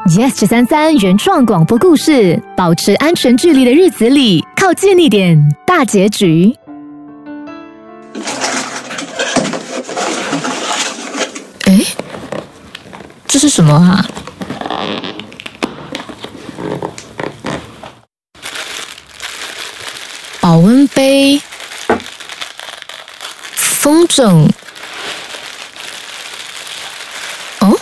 Yes933原创广播故事，保持安全距离的日子里，靠近一点，大结局。诶，这是什么啊？保温杯、风筝。哦，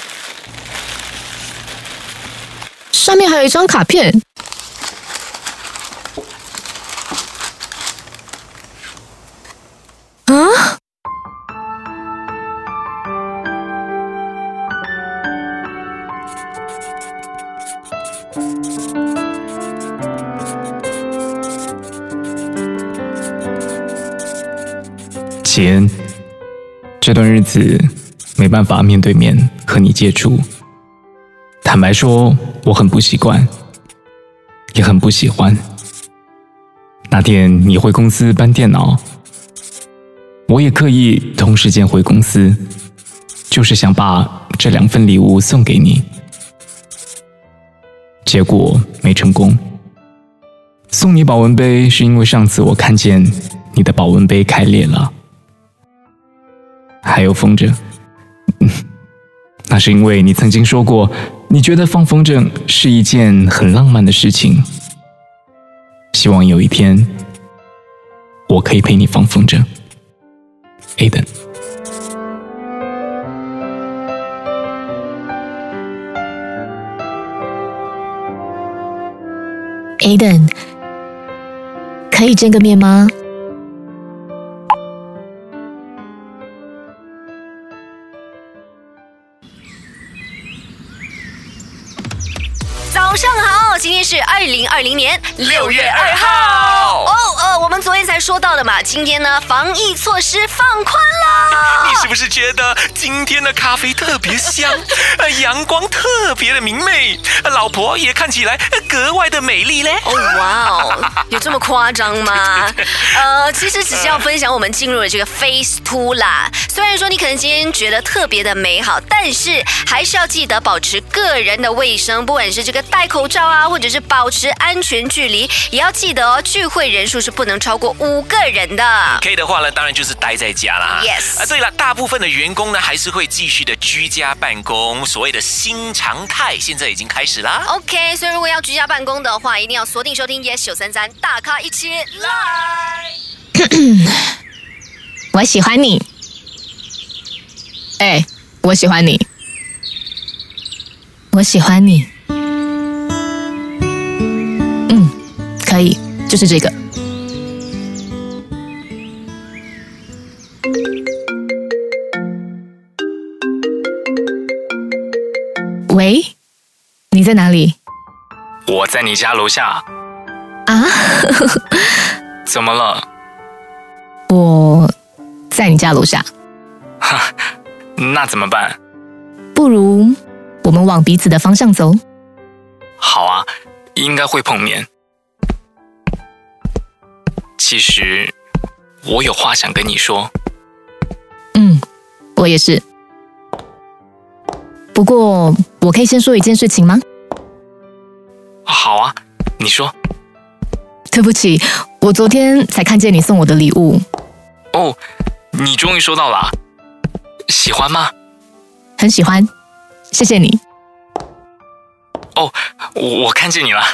上面还有一张卡片。啊！ 齐恩，这段日子没办法面对面和你接触，坦白说，我很不习惯，也很不喜欢。那天你回公司搬电脑，我也刻意同时间回公司，就是想把这2份礼物送给你，结果没成功。送你保温杯是因为上次我看见你的保温杯开裂了，还有风筝，那是因为你曾经说过，你觉得放风筝是一件很浪漫的事情。希望有一天，我可以陪你放风筝 ，Aiden。 Aiden， 可以见个面吗？ 早上好，今天是2020年6月2号。我们昨天才说到的嘛，今天呢，防疫措施放宽了。 你是不是觉得今天的咖啡特别香，阳光特别的明媚，老婆也看起来格外的美丽嘞？ 哇哦，有这么夸张吗？其实只是要分享我们进入了这个 Phase 2啦。虽然说你可能今天觉得特别的美好，但是还是要记得保持个人的卫生，不管是这个戴口罩啊，或者是保持安全距离，也要记得哦，聚会人数是不能超过5个人的。 可以的话呢，当然就是待在家啦。 Yes。 对了，大部分的员工呢还是会继续的居家办公，所谓的新常态现在已经开始啦。 OK， 所以如果要居家办公的话，一定要锁定收听 Yes933，大咖一起来。 我喜欢你。我喜欢你。我喜欢你。可以，就是这个。喂，你在哪里？ 我在你家楼下。 啊？ 怎么了？ 我在你家楼下。 哈，那怎么办？ 不如我们往彼此的方向走。 好啊，应该会碰面。其实我有话想跟你说。 我也是。不过我可以先说一件事情吗？ 好啊，你说。 对不起，我昨天才看见你送我的礼物。 哦，你终于收到了啊？喜欢吗？ 很喜欢，谢谢你。 哦，我看见你了。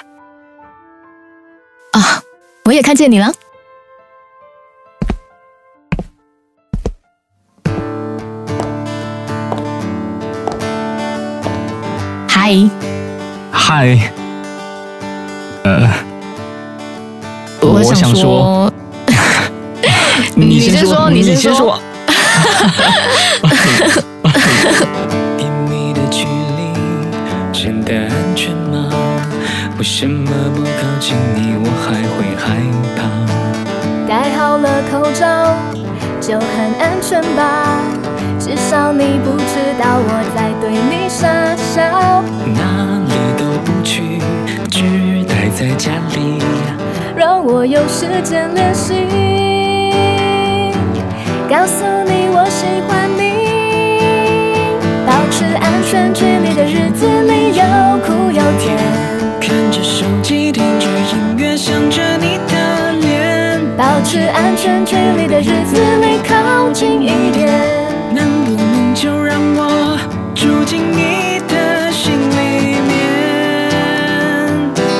啊，我也看见你了。 嗨。我想说，你先说。 1米的距离真的安全吗？为什么不靠近你我还会害怕？ 戴好了口罩就很安全吧，至少你不知道我在对你傻笑。 哪里都不去，只待在家里， 让我有时间练习，告诉你我喜欢你。保持安全距离的日子里，有苦持安全距离的日子里靠近一点。 能不能就让我住进你的心里面？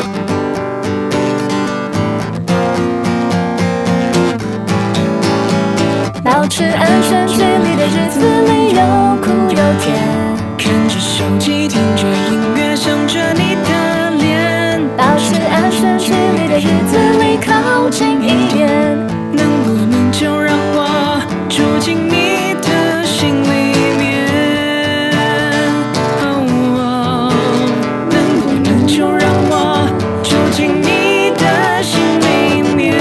保持安全距离的日子里有苦有甜， 看着手机，听着音乐，想着你的脸。 保持安全距离的日子里靠近一点。 能不能就让我住进你的心里面？能不能就让我住进你的心里面？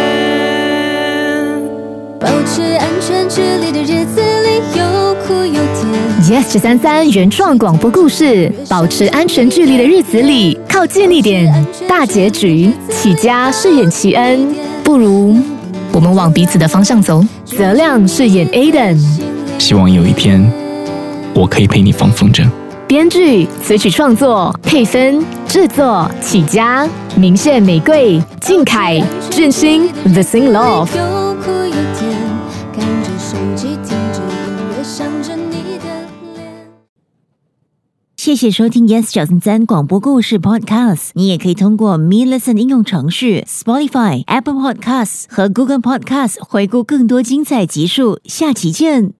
保持安全距离的日子里有苦有甜。 Yes 933原创广播故事，保持安全距离的日子里靠近一点。大结局，启佳饰演齐恩，不如我们往彼此的方向走。泽亮饰演 Aiden， 希望有一天我可以陪你放风筝。 编剧、词曲创作、配分、制作启佳，明线玫瑰、靖凯、俊星 The Sing Love。 有苦有甜，看着手机，听着音乐，想着你的脸。 谢谢收听 Yes 933广播故事 Podcast。你也可以通过 Me Listen 应用程序、Spotify、Apple Podcasts 和 Google Podcasts 回顾更多精彩集数。下期见。